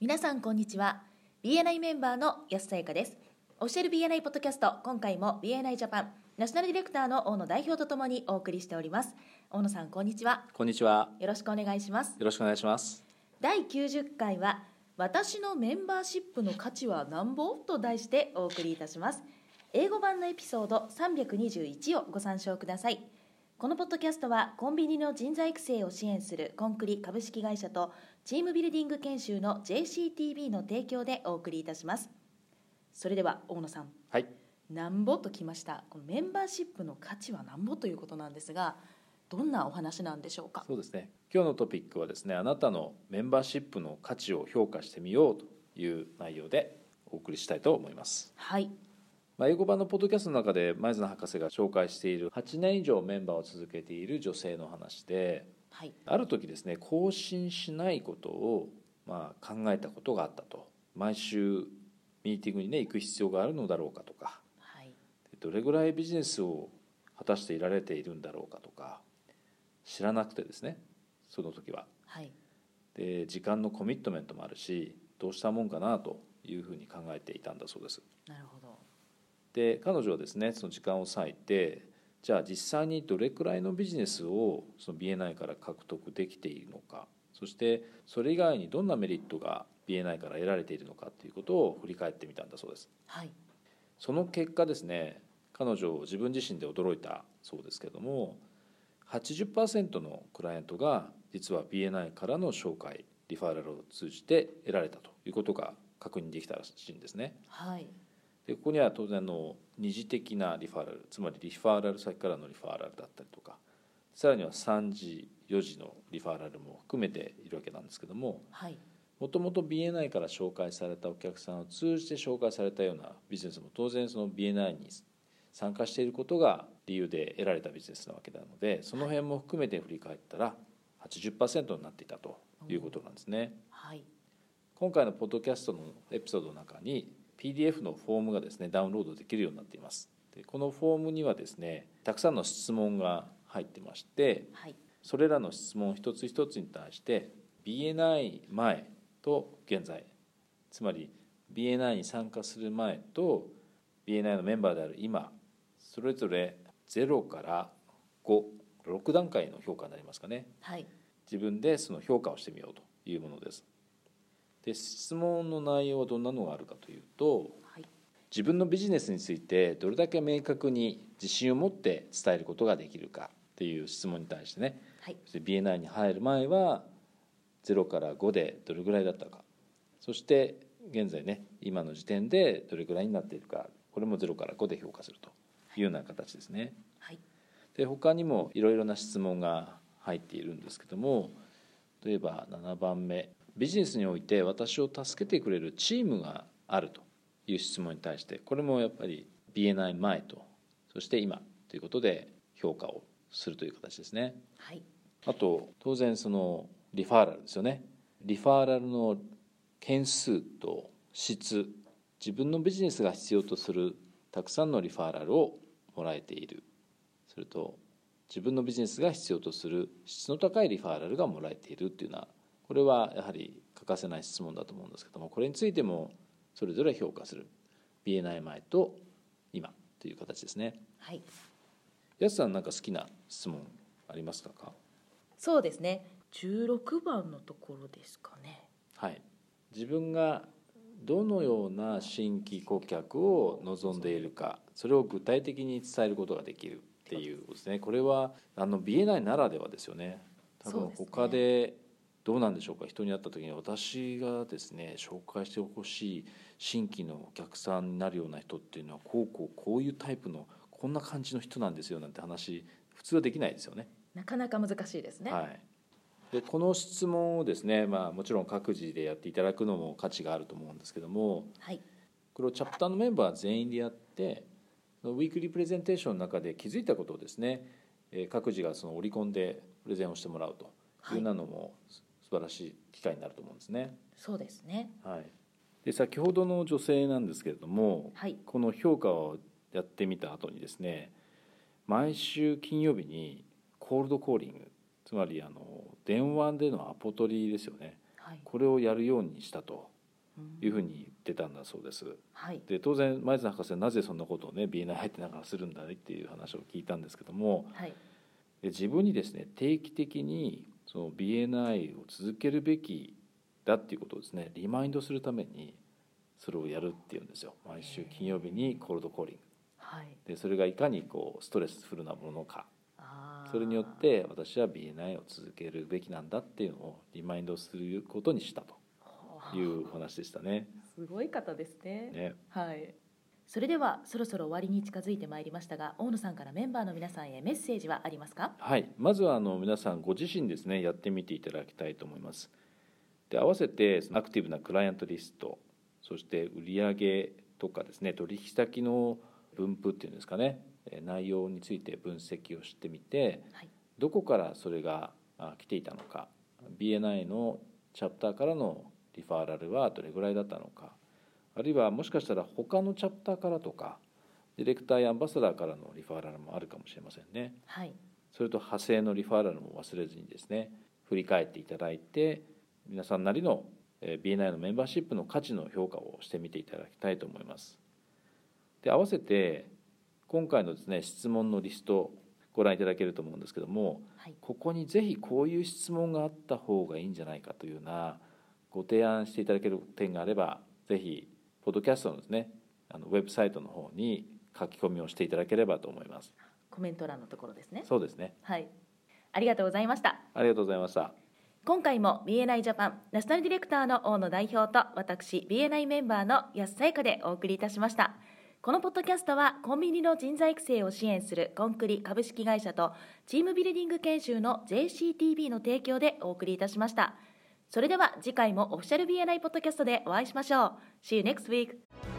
皆さんこんにちは。 BNI メンバーの安さやかです。オフィシャル BNI ポッドキャスト、今回も BNI ジャパンナショナルディレクターの大野代表とともにお送りしております。大野さんこんにちは。 こんにちは。 よろしくお願いします。 よろしくお願いします。 第90回は私のメンバーシップの価値はなんぼと題してお送りいたします。英語版のエピソード321をご参照ください。このポッドキャストはコンビニの人材育成を支援するコンクリ株式会社とチームビルディング研修の JCTB の提供でお送りいたします。それでは大野さん、 はい。 なんぼときました。このメンバーシップの価値はなんぼということなんですが、どんなお話なんでしょうか。 そうですね。今日のトピックはですね、あなたのメンバーシップの価値を評価してみようという内容でお送りしたいと思います。 はい。 英語版のポッドキャストの中で前園博士が紹介している8年以上メンバーを続けている女性の話で、 はい、 ある時ですね、更新しないことを考えたことがあったと。毎週ミーティングに行く必要があるのだろうかとか、 はい、 どれぐらいビジネスを果たしていられているんだろうかとか知らなくてですね、その時は、 はい、 で時間のコミットメントもあるし、どうしたもんかなというふうに考えていたんだそうです。 なるほど。 で彼女はですね、その時間を割いて、じゃあ実際にどれくらいのビジネスをその BNI から獲得できているのか、そしてそれ以外にどんなメリットが BNI から得られているのかということを振り返ってみたんだそうです。 はい、 その結果ですね、彼女自分自身で驚いたそうですけれども、80% のクライアントが実は BNI からの紹介リファーラルを通じて得られたということが確認できたらしいんですね。 はい、 でここには当然の二次的なリファーラル、つまりリファーラル先からのリファーラルだったりとか、さらには3次4次のリファーラルも含めているわけなんですけども、もともと BNI から紹介されたお客さんを通じて紹介されたようなビジネスも当然その BNI に参加していることが理由で得られたビジネスなわけなので、その辺も含めて振り返ったら 80% になっていたということなんですね。 はい、 今回のポッドキャストのエピソードの中に PDF のフォームがですねダウンロードできるようになっています。でこのフォームにはですね、たくさんの質問が入ってまして、 はい、 それらの質問一つ一つに対して BNI 前と現在、つまり BNI に参加する前と BNI のメンバーである今、それぞれ0から5、6段階の評価になりますかね。 はい、 自分でその評価をしてみようというものです。で質問の内容はどんなのがあるかというと、 はい、 自分のビジネスについてどれだけ明確に自信を持って伝えることができるかっていう質問に対してね、 はい、 BNI に入る前は0から5でどれぐらいだったか、そして現在ね今の時点でどれぐらいになっているか、これも0から5で評価するというような形ですね。 はい、 で他にもいろいろな質問が入っているんですけども、例えば7番目、ビジネスにおいて私を助けてくれるチームがあるという質問に対して、これもやっぱり BNI 前とそして今ということで評価をするという形ですね。 はい、 あと当然そのリファーラルですよね。リファーラルの件数と質、自分のビジネスが必要とするたくさんのリファーラルをもらえている、それと自分のビジネスが必要とする質の高いリファーラルがもらえているっていうのは、これはやはり欠かせない質問だと思うんですけども、これについてもそれぞれ評価する BNI 前と今という形ですね。 はい。 やすさん、なんか好きな質問ありますか？ そうですね、16番のところですかね。 はい。自分がどのような新規顧客を望んでいるか、それを具体的に伝えることができるっていうことですね。これはBNI ならではですよね。多分他でどうなんでしょうか。人に会った時に私がですね紹介してほしい新規のお客さんになるような人っていうのはこういうタイプのこんな感じの人なんですよなんて話普通はできないですよね。 なかなか難しいですね。 はい。でこの質問をですね、もちろん各自でやっていただくのも価値があると思うんですけども、 はい、 これをチャプターのメンバー全員でやって、ウィークリープレゼンテーションの中で気づいたことをですね、各自がその織り込んでプレゼンをしてもらうというのも素晴らしい機会になると思うんですね。 そうですね。 はい。で先ほどの女性なんですけれども、 はい、 この評価をやってみた後にですね、毎週金曜日にコールドコーリング、つまり電話でのアポ取りですよね、 はい、 これをやるようにしたというふうに言ってたんだそうです。 はい、 で当然前津博士はなぜそんなことをね BNI 入ってながらするんだねっていう話を聞いたんですけども、 はい、 で自分にですね定期的にその BNI を続けるべきだっていうことをですねリマインドするためにそれをやるっていうんですよ。毎週金曜日にコールドコーリング、 はい、 でそれがいかにこうストレスフルなものか、 あー、 それによって私は BNI を続けるべきなんだっていうのをリマインドすることにしたというお話でしたね。 すごい方ですね。 ね、 はい。それではそろそろ終わりに近づいてまいりましたが、大野さんからメンバーの皆さんへメッセージはありますか？ はい、まずは皆さんご自身ですねやってみていただきたいと思います。で合わせてアクティブなクライアントリスト、そして売上とかですね取引先の分布っていうんですかね、内容について分析をしてみて、 はい、 どこからそれが来ていたのか、 BNI のチャプターからのリファーラルはどれぐらいだったのか、あるいはもしかしたら他のチャプターからとかディレクターやアンバサダーからのリファーラルもあるかもしれませんね。 はい、 それと派生のリファーラルも忘れずにですね振り返っていただいて、皆さんなりの BNI のメンバーシップの価値の評価をしてみていただきたいと思います。で合わせて今回のですね質問のリストご覧いただけると思うんですけども、 はい、 ここにぜひこういう質問があった方がいいんじゃないかというようなご提案していただける点があれば、ぜひポッドキャストのですねウェブサイトの方に書き込みをしていただければと思います。 コメント欄のところですね。 そうですね。 はい、ありがとうございました。 ありがとうございました。 今回も BNI ジャパンナショナルディレクターの大野代表と私 BNI メンバーの安さやかでお送りいたしました。このポッドキャストはコンビニの人材育成を支援するコンクリ株式会社とチームビルディング研修の JCTB の提供でお送りいたしました。それでは次回もオフィシャル BNI ポッドキャストでお会いしましょう。See you next week!